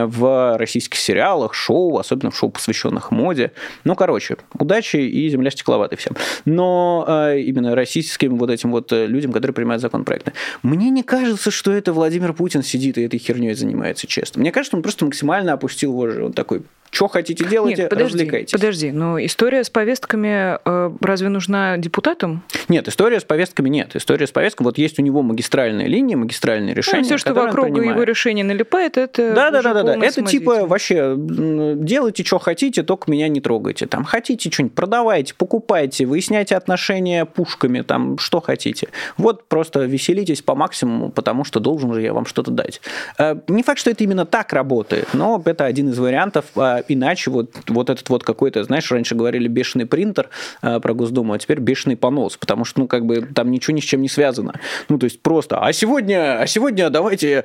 в российских сериалах, шоу, особенно в шоу, посвященных моде. Ну, короче, удачи и земля стекловатой всем. Но именно российским вот этим вот людям, которые принимают законопроекты. Мне не кажется, что это Владимир Путин сидит и этой херней занимается, честно. Мне кажется, он просто максимально опустил вожжи. Он такой: что хотите делайте, нет, развлекайтесь. Подожди, но история с повестками разве нужна депутатам? Нет, история с повестками нет. История с повестками, вот есть у него магистральные линии, магистральные решения. Все, что вокруг его решения налипает, это да. Это типа вообще делайте, что хотите, только меня не трогайте. Там хотите что-нибудь, продавайте, покупайте, выясняйте отношения пушками, там что хотите. Вот просто веселитесь по максимуму, потому что должен же я вам что-то дать. Не факт, что это именно так работает, но это один из вариантов. Иначе вот этот вот какой-то, знаешь, раньше говорили бешеный принтер про Госдуму, а теперь бешеный понос, потому что, ну, как бы там ничего ни с чем не связано. Ну, то есть просто, а сегодня давайте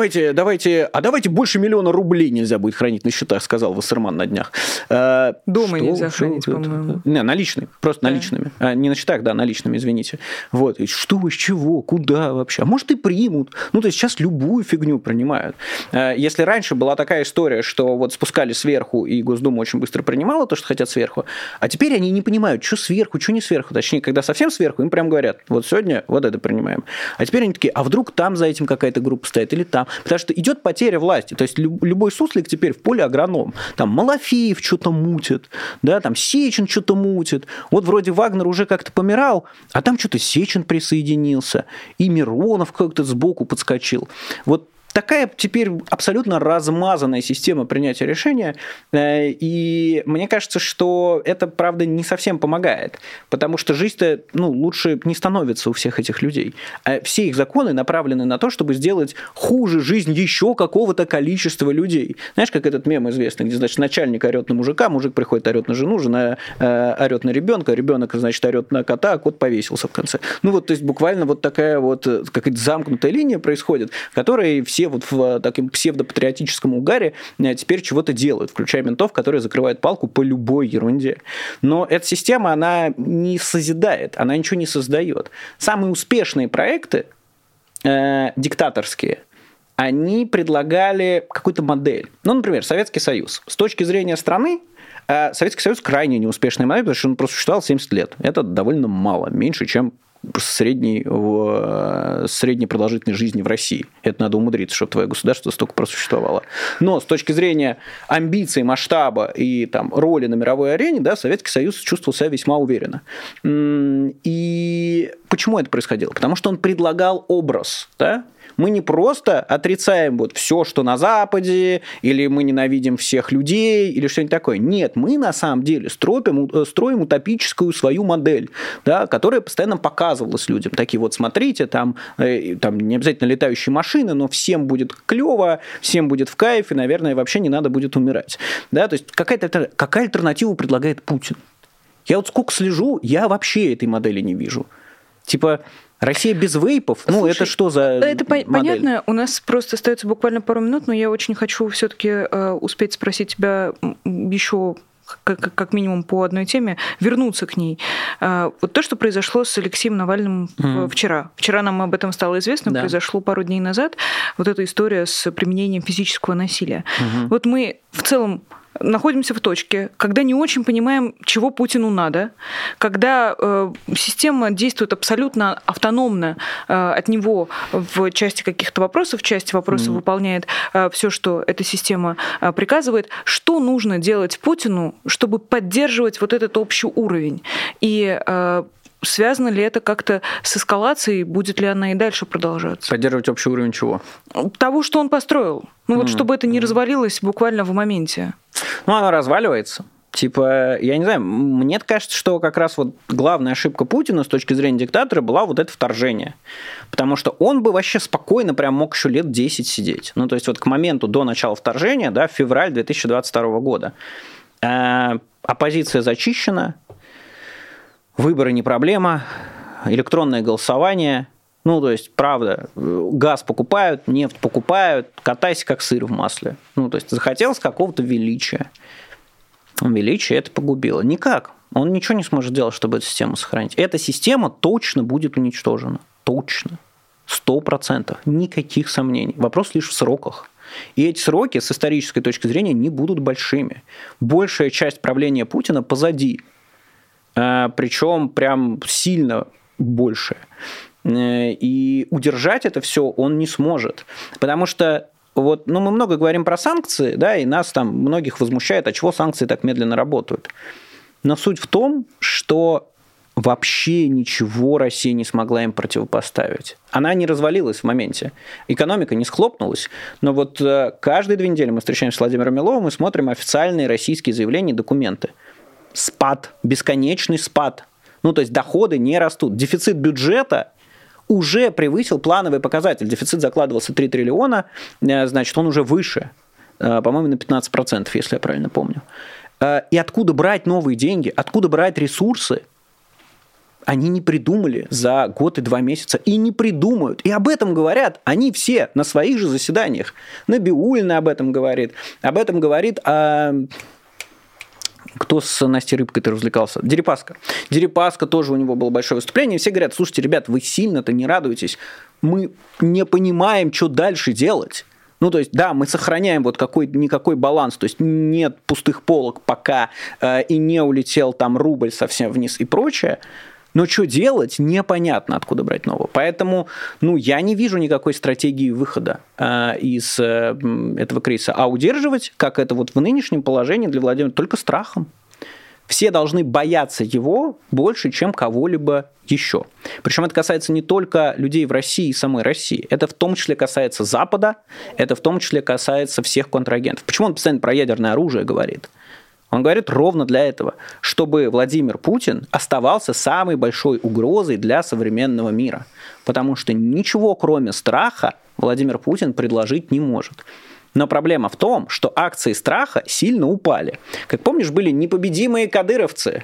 больше 1 миллиона рублей нельзя будет хранить на счетах, сказал Вассерман на днях. Дома нельзя хранить, по-моему. Не, наличные, просто наличными. Не на счетах, да, наличными, извините. Вот, и что, с чего, куда вообще? А может и примут. Ну, то есть сейчас любую фигню принимают. Если раньше была такая история, что вот спускали сверху, и Госдума очень быстро принимала то, что хотят сверху, а теперь они не понимают, что сверху, что не сверху. Точнее, когда совсем сверху, им прям говорят: вот сегодня вот это принимаем. А теперь они такие: а вдруг там за этим какая-то группа стоит, или там. Потому что идет потеря власти. То есть любой суслик теперь в поле агроном. Там Малафеев что-то мутит, да, там Сечин что-то мутит. Вот вроде Вагнер уже как-то помирал, а там что-то Сечин присоединился, и Миронов как-то сбоку подскочил. Вот такая теперь абсолютно размазанная система принятия решения, и мне кажется, что это, правда, не совсем помогает, потому что жизнь-то, ну, лучше не становится у всех этих людей. А все их законы направлены на то, чтобы сделать хуже жизнь еще какого-то количества людей. Знаешь, как этот мем известный, где, значит, начальник орет на мужика, мужик приходит, орет на жену, жена орет на ребенка, ребенок, значит, орет на кота, а кот повесился в конце. Ну вот, то есть буквально вот такая вот какая-то замкнутая линия происходит, в которой все вот в таком псевдопатриотическом угаре теперь чего-то делают, включая ментов, которые закрывают палку по любой ерунде. Но эта система, она не созидает, она ничего не создает. Самые успешные проекты, диктаторские, они предлагали какую-то модель. Ну, например, Советский Союз. С точки зрения страны, Советский Союз крайне неуспешная модель, потому что он просуществовал 70 лет. Это довольно мало, меньше, чем средней продолжительной жизни в России. Это надо умудриться, чтобы твое государство столько просуществовало. Но с точки зрения амбиций, масштаба и там, роли на мировой арене, да, Советский Союз чувствовал себя весьма уверенно. И почему это происходило? Потому что он предлагал образ, да? Мы не просто отрицаем вот все, что на Западе, или мы ненавидим всех людей, или что-нибудь такое. Нет, мы на самом деле строим утопическую свою модель, да, которая постоянно показывалась людям. Такие вот, смотрите, там не обязательно летающие машины, но всем будет клево, всем будет в кайф, и, наверное, вообще не надо будет умирать. Да, то есть какая альтернативу предлагает Путин? Я вот сколько слежу, я вообще этой модели не вижу. Типа, Россия без вейпов? Слушай, ну, это что за это модель? Понятно, у нас просто остается буквально пару минут, но я очень хочу все-таки успеть спросить тебя еще как минимум по одной теме, вернуться к ней. Вот то, что произошло с Алексеем Навальным вчера. Вчера нам об этом стало известно, да. Произошло пару дней назад. Вот эта история с применением физического насилия. Вот мы в целом находимся в точке, когда не очень понимаем, чего Путину надо, когда система действует абсолютно автономно от него в части каких-то вопросов, в части вопросов выполняет все, что эта система приказывает, что нужно делать Путину, чтобы поддерживать вот этот общий уровень? И связано ли это как-то с эскалацией, будет ли она и дальше продолжаться? Поддерживать общий уровень чего? Того, что он построил. Вот чтобы это не развалилось буквально в моменте. Оно разваливается. Типа, я не знаю, мне кажется, что как раз вот главная ошибка Путина с точки зрения диктатора была вот это вторжение. Потому что он бы вообще спокойно прям мог еще лет 10 сидеть. То есть вот к моменту до начала вторжения, да, февраль 2022 года, оппозиция зачищена, выборы не проблема, электронное голосование, то есть, правда, газ покупают, нефть покупают, катайся как сыр в масле. То есть, захотелось какого-то величия. Величие это погубило. Никак. Он ничего не сможет делать, чтобы эту систему сохранить. Эта система точно будет уничтожена. Точно. 100%. Никаких сомнений. Вопрос лишь в сроках. И эти сроки с исторической точки зрения не будут большими. Большая часть правления Путина позади. Причем прям сильно больше. И удержать это все он не сможет. Потому что вот, мы много говорим про санкции, да, и нас там многих возмущает, а чего санкции так медленно работают. Но суть в том, что вообще ничего Россия не смогла им противопоставить. Она не развалилась в моменте. Экономика не схлопнулась. Но вот каждые 2 недели мы встречаемся с Владимиром Миловым и смотрим официальные российские заявления и документы. Спад, бесконечный спад. То есть доходы не растут. Дефицит бюджета уже превысил плановый показатель. Дефицит закладывался 3 триллиона, значит, он уже выше. По-моему, на 15%, если я правильно помню. И откуда брать новые деньги, откуда брать ресурсы, они не придумали за год и 2 месяца. И не придумают. И об этом говорят они все на своих же заседаниях. Набиуллина об этом говорит. Об этом говорит... Кто с Настей Рыбкой-то развлекался? Дерипаска. Дерипаска тоже у него было большое выступление. И все говорят, слушайте, ребят, вы сильно-то не радуетесь. Мы не понимаем, что дальше делать. То есть, да, мы сохраняем вот никакой баланс. То есть, нет пустых полок пока, и не улетел там рубль совсем вниз и прочее. Но что делать, непонятно, откуда брать нового. Поэтому, я не вижу никакой стратегии выхода из этого кризиса. А удерживать, как это вот в нынешнем положении для Владимира, только страхом. Все должны бояться его больше, чем кого-либо еще. Причем это касается не только людей в России и самой России. Это в том числе касается Запада, это в том числе касается всех контрагентов. Почему он постоянно про ядерное оружие говорит? Он говорит ровно для этого, чтобы Владимир Путин оставался самой большой угрозой для современного мира. Потому что ничего, кроме страха, Владимир Путин предложить не может. Но проблема в том, что акции страха сильно упали. Как помнишь, были непобедимые кадыровцы,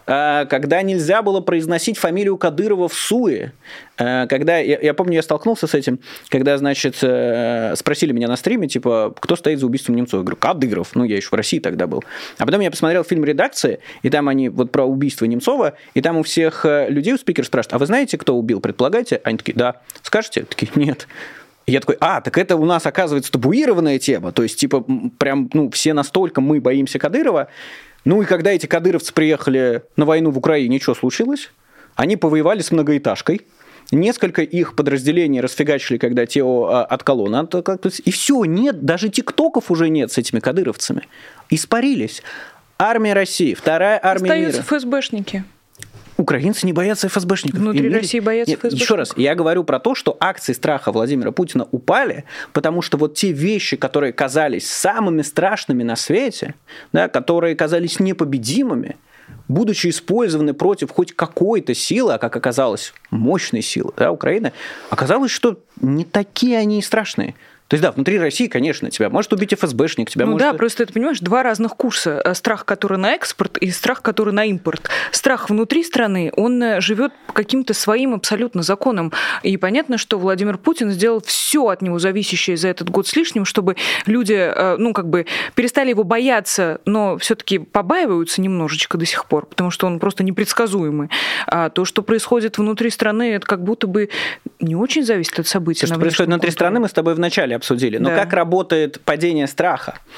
когда нельзя было произносить фамилию Кадырова в СУЕ. Когда, я помню, я столкнулся с этим, когда, значит, спросили меня на стриме, типа, кто стоит за убийством Немцова? Я говорю, Кадыров. Я еще в России тогда был. А потом я посмотрел фильм «Редакция», и там они вот про убийство Немцова, и там у всех людей, у спикера спрашивают, а вы знаете, кто убил, предполагаете? Они такие, да. Скажете? Такие, нет. Я такой, так это у нас, оказывается, табуированная тема. То есть, типа, прям, все настолько мы боимся Кадырова. И когда эти кадыровцы приехали на войну в Украине, что случилось? Они повоевали с многоэтажкой. Несколько их подразделений расфигачили, когда те отколоны. И все, нет, даже тиктоков уже нет с этими кадыровцами. Испарились. Армия России, вторая армия мира. Остаются ФСБшники. Украинцы не боятся ФСБшников. Внутри России боятся ФСБшников. Еще раз, я говорю про то, что акции страха Владимира Путина упали, потому что вот те вещи, которые казались самыми страшными на свете, да, которые казались непобедимыми, будучи использованы против хоть какой-то силы, а как оказалось, мощной силы, да, Украины, оказалось, что не такие они и страшные. То есть, да, внутри России, конечно, тебя может убить ФСБшник, тебя может... Да, просто ты понимаешь, 2 разных курса. Страх, который на экспорт, и страх, который на импорт. Страх внутри страны, он живет по каким-то своим абсолютно законам. И понятно, что Владимир Путин сделал все от него зависящее за этот год с лишним, чтобы люди, перестали его бояться, но все-таки побаиваются немножечко до сих пор, потому что он просто непредсказуемый. А то, что происходит внутри страны, это как будто бы не очень зависит от событий. То, что происходит внутри страны, мы с тобой вначале обсудили. Но как работает падение страха?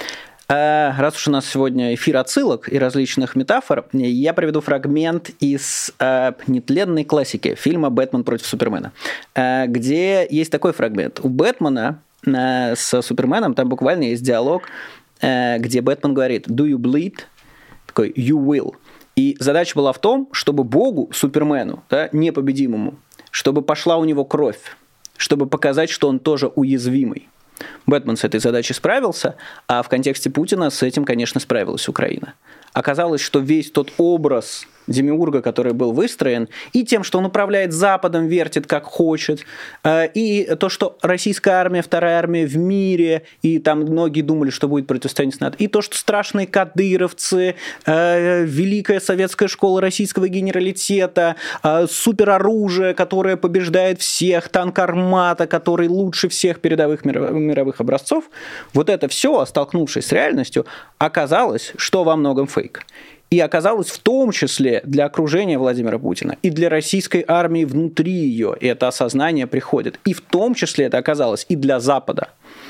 Раз уж у нас сегодня эфир отсылок и различных метафор, я приведу фрагмент из нетленной классики фильма «Бэтмен против Супермена», где есть такой фрагмент. У Бэтмена с Суперменом там буквально есть диалог, где Бэтмен говорит «Do you bleed?» Такой «You will». И задача была в том, чтобы Богу, Супермену, да, непобедимому, чтобы пошла у него кровь, чтобы показать, что он тоже уязвимый. Бэтмен с этой задачей справился, а в контексте Путина с этим, конечно, справилась Украина. Оказалось, что весь тот образ демиурга, который был выстроен, и тем, что он управляет Западом, вертит как хочет, и то, что российская армия, вторая армия в мире, и там многие думали, что будет противостояние с НАТО, и то, что страшные кадыровцы, великая советская школа российского генералитета, супероружие, которое побеждает всех, танк «Армата», который лучше всех передовых мировых образцов, вот это все, столкнувшись с реальностью, оказалось, что во многом фейк. И оказалось в том числе для окружения Владимира Путина и для российской армии внутри ее, и это осознание приходит. И в том числе это оказалось и для Запада.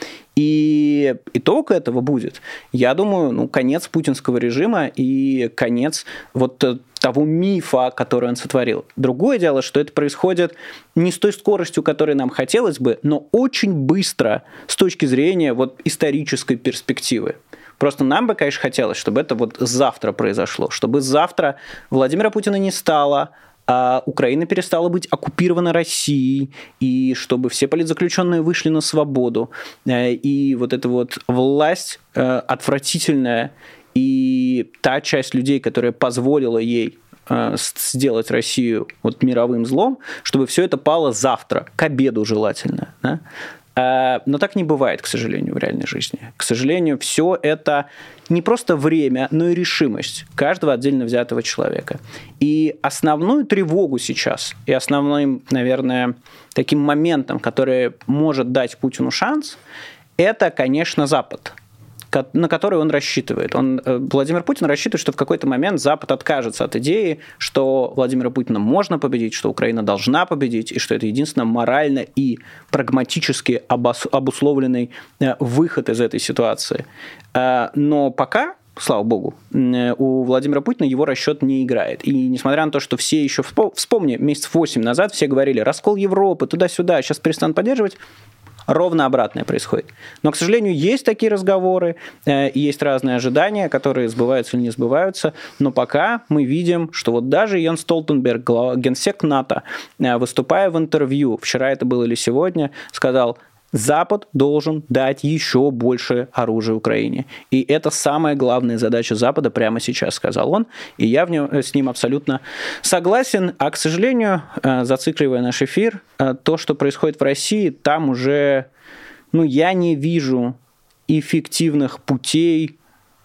И итог этого будет, я думаю, конец путинского режима и конец вот того мифа, который он сотворил. Другое дело, что это происходит не с той скоростью, которой нам хотелось бы, но очень быстро с точки зрения вот исторической перспективы. Просто нам бы, конечно, хотелось, чтобы это вот завтра произошло, чтобы завтра Владимира Путина не стало, а Украина перестала быть оккупирована Россией, и чтобы все политзаключенные вышли на свободу, и вот эта вот власть отвратительная, и та часть людей, которая позволила ей сделать Россию вот мировым злом, чтобы все это пало завтра, к обеду желательно, да? Но так не бывает, к сожалению, в реальной жизни. К сожалению, все это не просто время, но и решимость каждого отдельно взятого человека. И основную тревогу сейчас, и основным, наверное, таким моментом, который может дать Путину шанс, это, конечно, Запад, на который он рассчитывает. Владимир Путин рассчитывает, что в какой-то момент Запад откажется от идеи, что Владимира Путина можно победить, что Украина должна победить, и что это единственно морально и прагматически обусловленный выход из этой ситуации. Но пока, слава богу, у Владимира Путина его расчет не играет. И несмотря на то, что все еще... Вспомни, месяцев 8 назад все говорили, раскол Европы, туда-сюда, сейчас перестанут поддерживать. Ровно обратное происходит. Но, к сожалению, есть такие разговоры, есть разные ожидания, которые сбываются или не сбываются, но пока мы видим, что вот даже Йенс Столтенберг, генсек НАТО, выступая в интервью, вчера это было или сегодня, сказал, Запад должен дать еще больше оружия Украине. И это самая главная задача Запада прямо сейчас, сказал он. И я с ним абсолютно согласен. А, к сожалению, зацикливая наш эфир, то, что происходит в России, там уже, я не вижу эффективных путей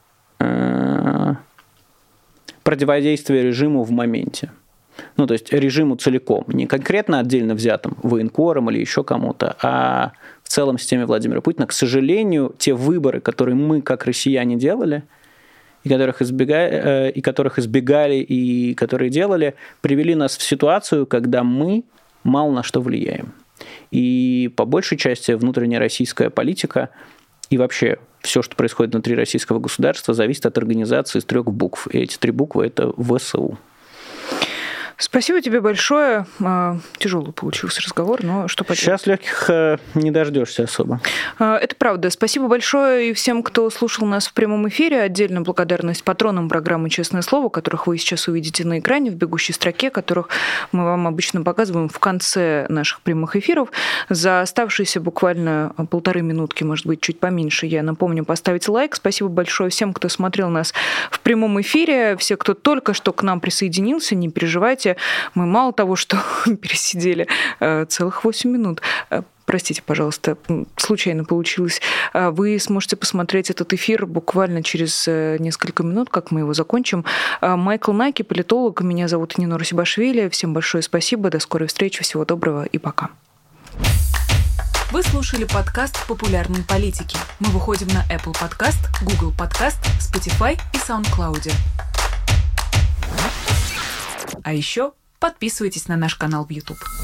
противодействия режиму в моменте. То есть режиму целиком, не конкретно отдельно взятым военкором или еще кому-то, а в целом системе Владимира Путина. К сожалению, те выборы, которые мы, как россияне, делали, и которых избегали, и которые делали, привели нас в ситуацию, когда мы мало на что влияем. И по большей части внутренняя российская политика и вообще все, что происходит внутри российского государства, зависит от организации из 3 букв. И эти 3 буквы – это ВСУ. Спасибо тебе большое. Тяжелый получился разговор, но что поделать. Сейчас легких не дождешься особо. Это правда. Спасибо большое и всем, кто слушал нас в прямом эфире. Отдельно благодарность патронам программы «Честное слово», которых вы сейчас увидите на экране в бегущей строке, которых мы вам обычно показываем в конце наших прямых эфиров. За оставшиеся буквально 1,5 минутки, может быть, чуть поменьше, я напомню, поставить лайк. Спасибо большое всем, кто смотрел нас в прямом эфире. Все, кто только что к нам присоединился, не переживайте. Мы мало того, что пересидели целых 8 минут. Простите, пожалуйста, случайно получилось. Вы сможете посмотреть этот эфир буквально через несколько минут, как мы его закончим. Майкл Наки, политолог. Меня зовут Нино Русибашвили. Всем большое спасибо. До скорой встречи. Всего доброго и пока. Вы слушали подкаст «Популярные политики». Мы выходим на Apple Podcast, Google Podcast, Spotify и SoundCloud. А еще подписывайтесь на наш канал в YouTube.